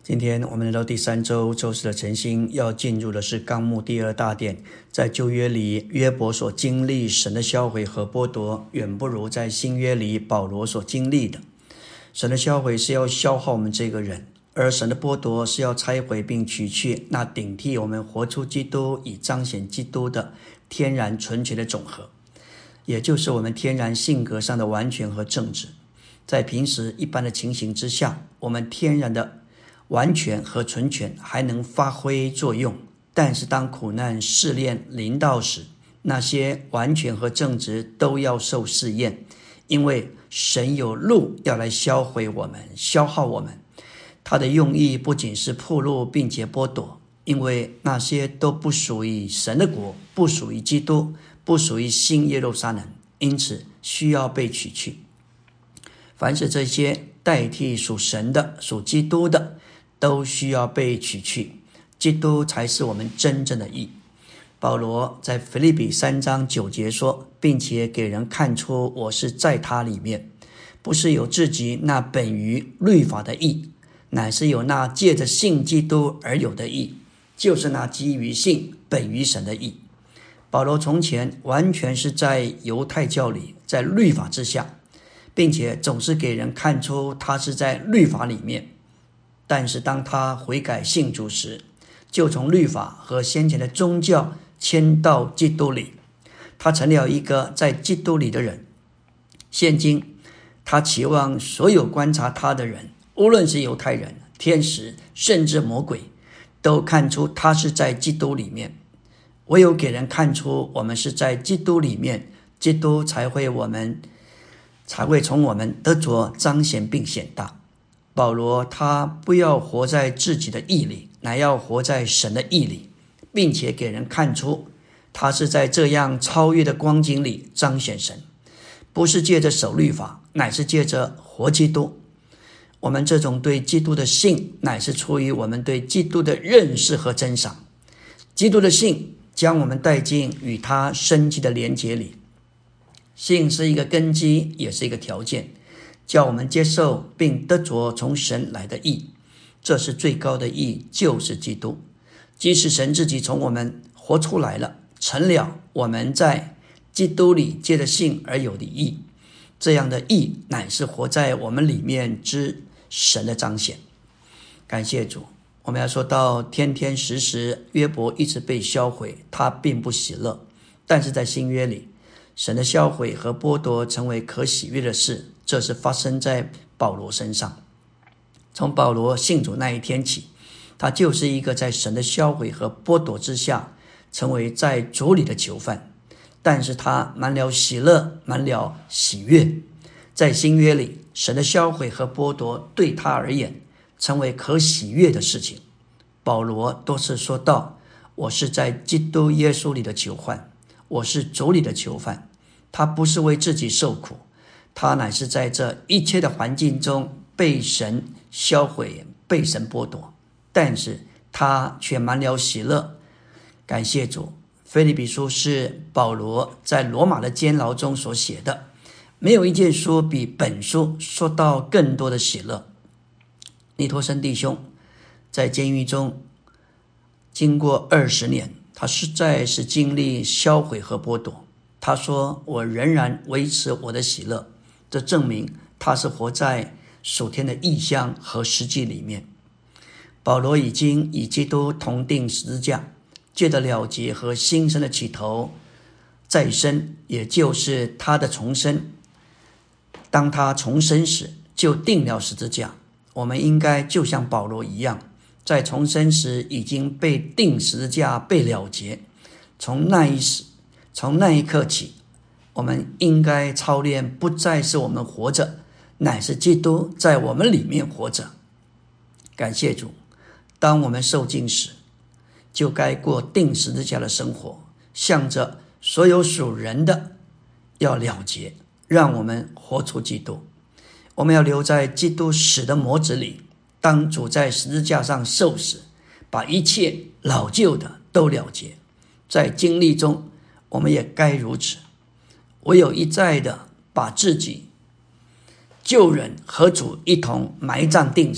今天我们来到第3周周四的晨星，要进入的是纲目第2大点。在旧约里，约伯所经历神的销毁和剥夺，远不如在新约里保罗所经历的。神的销毁是要消耗我们这个人，而神的剥夺是要拆毁并取去那顶替我们活出基督以彰显基督的天然纯洁的总和，也就是我们天然性格上的完全和正直。在平时一般的情形之下，我们天然的完全和纯全还能发挥作用，但是当苦难试炼临到时，那些完全和正直都要受试验，因为神有路要来销毁我们，消耗我们。他的用意不仅是暴露并且剥夺，因为那些都不属于神的国，不属于基督，不属于新耶路撒冷，因此需要被取去。凡是这些代替属神的、属基督的，都需要被取去，基督才是我们真正的义。保罗在腓立比3章9节说，并且给人看出我是在他里面，不是有自己那本于律法的义，乃是有那借着信基督而有的义，就是那基于信本于神的义。保罗从前完全是在犹太教里，在律法之下，并且总是给人看出他是在律法里面。但是当他悔改信主时，就从律法和先前的宗教迁到基督里，他成了一个在基督里的人。现今他期望所有观察他的人，无论是犹太人、天使，甚至魔鬼，都看出他是在基督里面。唯有给人看出我们是在基督里面，基督才会从我们得着彰显并显大。保罗他不要活在自己的义里，乃要活在神的义里，并且给人看出他是在这样超越的光景里彰显神，不是借着守律法，乃是借着活基督。我们这种对基督的信，乃是出于我们对基督的认识和珍赏。基督的信将我们带进与他生机的连结里。信是一个根基，也是一个条件，叫我们接受并得着从神来的义。这是最高的义，就是基督。即使神自己从我们活出来了，成了我们在基督里借着信而有的义，这样的义乃是活在我们里面之神的彰显。感谢主。我们要说到天天时时，约伯一直被销毁，他并不喜乐。但是在新约里，神的销毁和剥夺成为可喜悦的事，这是发生在保罗身上。从保罗信主那一天起，他就是一个在神的销毁和剥夺之下，成为在主里的囚犯。但是他满了喜乐，满了喜悦。在新约里，神的销毁和剥夺对他而言，成为可喜悦的事情。保罗多次说到，我是在基督耶稣里的囚犯，我是主里的囚犯。他不是为自己受苦，他乃是在这一切的环境中被神销毁，被神剥夺，但是他却满了喜乐。感谢主。腓立比书是保罗在罗马的监牢中所写的，没有一件书比本书说到更多的喜乐。尼托生弟兄在监狱中经过20年，他实在是经历销毁和剥夺。他说，我仍然维持我的喜乐，这证明他是活在属天的异象和实际里面。保罗已经与基督同定十字架，借着了结和新生的起头再生，也就是他的重生。当他重生时，就定了十字架。我们应该就像保罗一样，在重生时已经被定十字架，被了结。从那一刻起，我们应该操练，不再是我们活着，乃是基督在我们里面活着。感谢主。当我们受浸时，就该过定十字架的生活，向着所有属人的要了结，让我们活出基督。我们要留在基督死的模子里，当主在十字架上受死，把一切老旧的都了结。在经历中，我们也该如此，唯有一再的把自己旧人和主一同埋葬定死，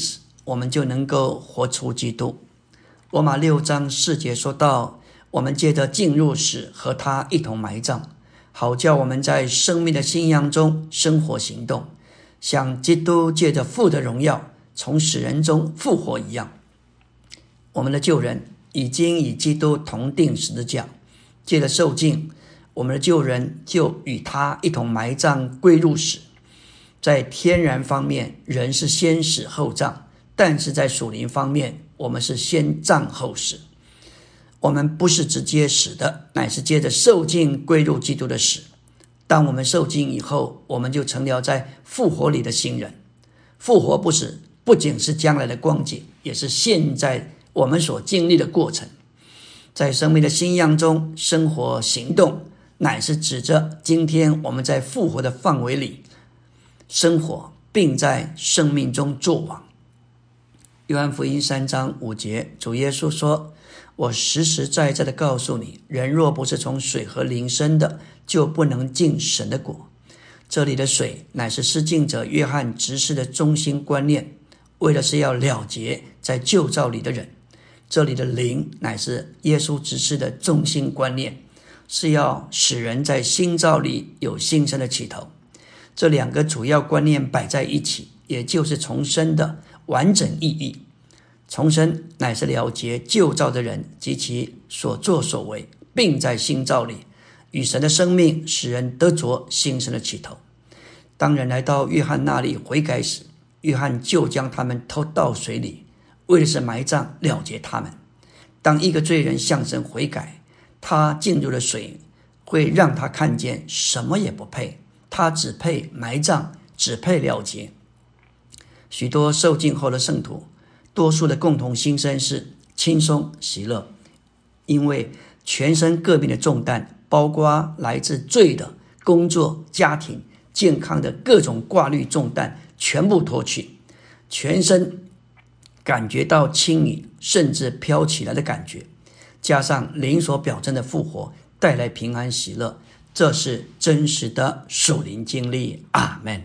我们就能够活出基督。罗马6章4节说到，我们借着进入死和他一同埋葬，好叫我们在生命的信仰中生活行动，像基督借着父的荣耀从死人中复活一样。我们的旧人已经与基督同定十字架，借着受浸，我们的旧人就与他一同埋葬归入死。在天然方面，人是先死后葬，但是在属灵方面，我们是先葬后死。我们不是直接死的，乃是接着受浸归入基督的死。当我们受浸以后，我们就成了在复活里的新人。复活不仅是将来的光景，也是现在我们所经历的过程。在生命的信仰中生活行动，乃是指着今天我们在复活的范围里生活，并在生命中作王。约翰福音3章5节，主耶稣说，我实实在在的告诉你，人若不是从水和灵生的，就不能进神的国。这里的水乃是施浸者约翰执事的中心观念，为的是要了结在旧造里的人。这里的灵乃是耶稣执事的中心观念，是要使人在新造里有新生的起头。这两个主要观念摆在一起，也就是重生的完整意义。重生乃是了结旧造的人及其所作所为，并在新造里与神的生命使人得着新生的起头。当人来到约翰那里悔改时，约翰就将他们投到水里，为的是埋葬了结他们。当一个罪人向神悔改，他进入了水，会让他看见什么也不配，他只配埋葬，只配了结。许多受浸后的圣徒，多数的共同心声是轻松喜乐，因为全身各病的重担，包括来自罪的、工作、家庭、健康的各种挂虑重担，全部脱去，全身感觉到轻盈，甚至飘起来的感觉，加上灵所表征的复活，带来平安喜乐，这是真实的属灵经历。阿们。